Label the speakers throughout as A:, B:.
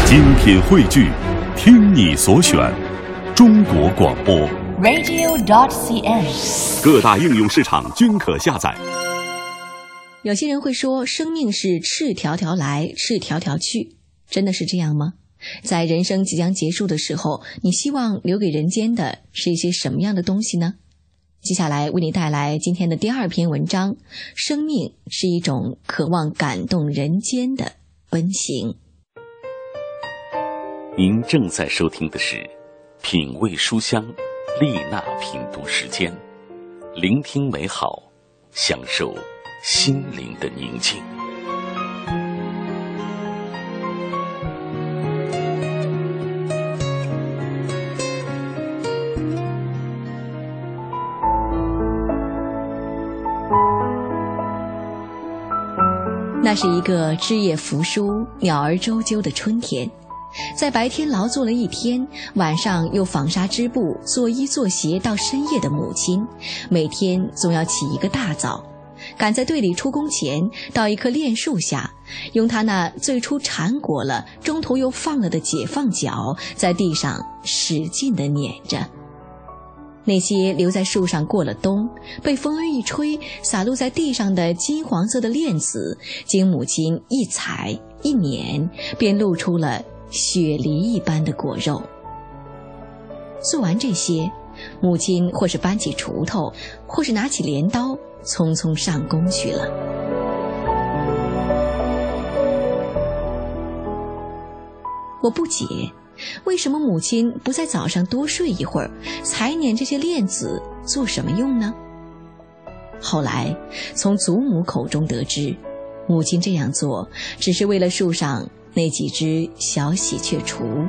A: 精品汇聚，听你所选，中国广播
B: radio.cn，
A: 各大应用市场均可下载。
C: 有些人会说，生命是赤条条来，赤条条去，真的是这样吗？在人生即将结束的时候，你希望留给人间的是一些什么样的东西呢？接下来为你带来今天的第二篇文章，生命是一种渴望感动人间的奔行。
D: 您正在收听的是品味书香丽娜品读时间，聆听美好，享受心灵的宁静。
C: 那是一个枝叶扶疏、鸟儿啾啾的春天，在白天劳作了一天，晚上又纺纱织布、做衣做鞋到深夜的母亲，每天总要起一个大早，赶在队里出工前到一棵楝树下，用他那最初缠裹了中途又放了的解放脚，在地上使劲地碾着。那些留在树上过了冬，被风儿一吹洒落在地上的金黄色的链子，经母亲一踩一碾，便露出了雪梨一般的果肉。做完这些，母亲或是搬起锄头，或是拿起镰刀，匆匆上工去了。我不解，为什么母亲不在早上多睡一会儿，裁碾这些链子做什么用呢？后来从祖母口中得知，母亲这样做只是为了树上那几只小喜鹊雏。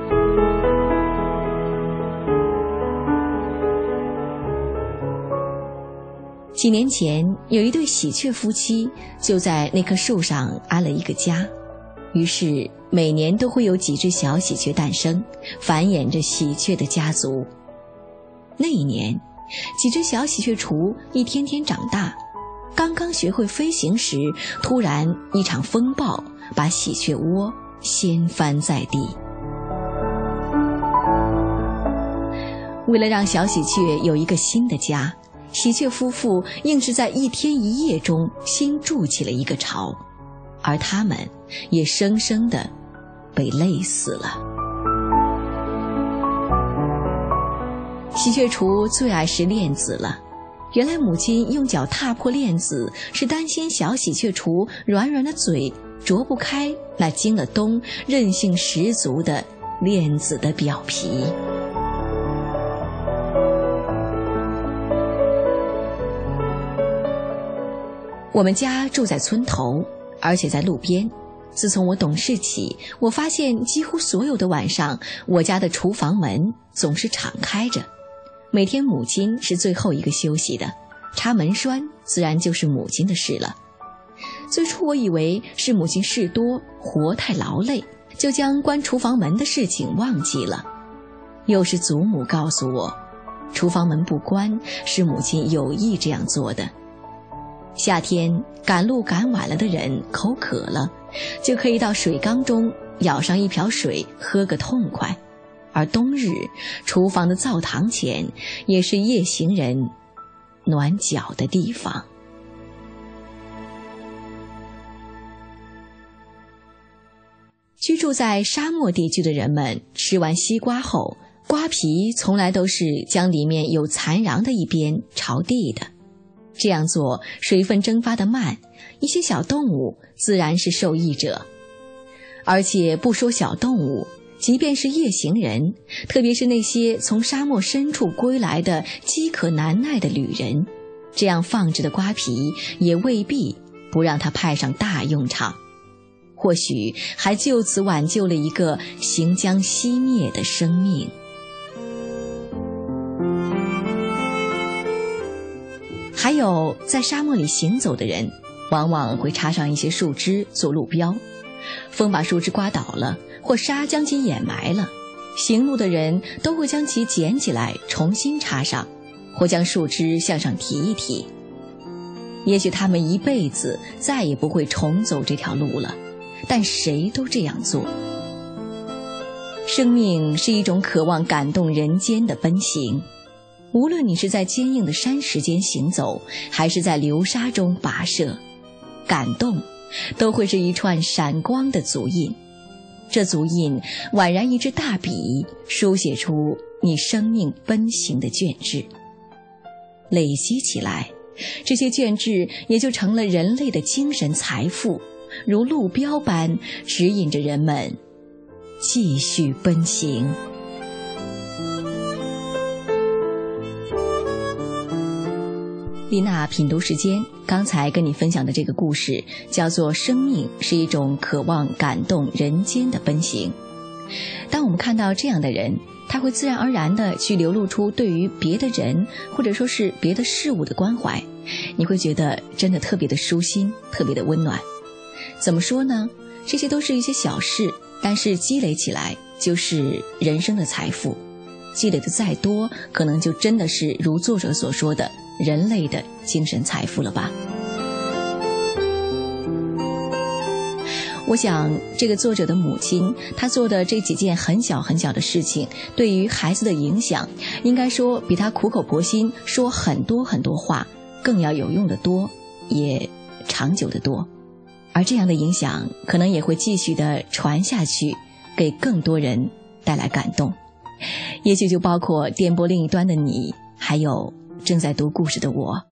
C: 几年前，有一对喜鹊夫妻就在那棵树上安了一个家，于是每年都会有几只小喜鹊诞生，繁衍着喜鹊的家族。那一年，几只小喜鹊雏一天天长大，刚刚学会飞行时，突然一场风暴把喜鹊窝掀翻在地。为了让小喜鹊有一个新的家，喜鹊夫妇硬是在一天一夜中新筑起了一个巢，而他们也生生地被累死了。喜鹊雏最爱吃链子了，原来母亲用脚踏破链子，是担心小喜鹊雏软软的嘴啄不开那经了冬韧性十足的链子的表皮。我们家住在村头，而且在路边。自从我懂事起，我发现几乎所有的晚上，我家的厨房门总是敞开着。每天母亲是最后一个休息的，插门栓自然就是母亲的事了。最初我以为是母亲事多，活太劳累，就将关厨房门的事情忘记了。又是祖母告诉我，厨房门不关是母亲有意这样做的。夏天赶路赶晚了的人口渴了，就可以到水缸中舀上一瓢水喝个痛快，而冬日厨房的灶堂前也是夜行人暖脚的地方。居住在沙漠地区的人们吃完西瓜后，瓜皮从来都是将里面有残瓤的一边朝地的，这样做水分蒸发得慢，一些小动物自然是受益者。而且不说小动物，即便是夜行人，特别是那些从沙漠深处归来的饥渴难耐的旅人，这样放置的瓜皮也未必不让它派上大用场，或许还就此挽救了一个行将熄灭的生命。还有在沙漠里行走的人，往往会插上一些树枝做路标，风把树枝刮倒了，或沙将其掩埋了，行路的人都会将其捡起来重新插上，或将树枝向上提一提。也许他们一辈子再也不会重走这条路了，但谁都这样做。 生命是一种渴望感动人间的奔行，无论你是在坚硬的山石间行走，还是在流沙中跋涉，感动都会是一串闪光的足印。这足印宛然一支大笔，书写出你生命奔行的卷志。累积起来，这些卷志也就成了人类的精神财富，如路标般指引着人们继续奔行。丽娜品读时间，刚才跟你分享的这个故事叫做生命是一种渴望感动人间的奔行。当我们看到这样的人，他会自然而然地去流露出对于别的人或者说是别的事物的关怀，你会觉得真的特别的舒心，特别的温暖。怎么说呢？这些都是一些小事，但是积累起来就是人生的财富。积累的再多，可能就真的是如作者所说的人类的精神财富了吧。我想这个作者的母亲，她做的这几件很小很小的事情，对于孩子的影响，应该说比她苦口婆心说很多很多话更要有用的多，也长久的多。而这样的影响可能也会继续的传下去，给更多人带来感动，也许就包括电波另一端的你，还有正在读故事的我。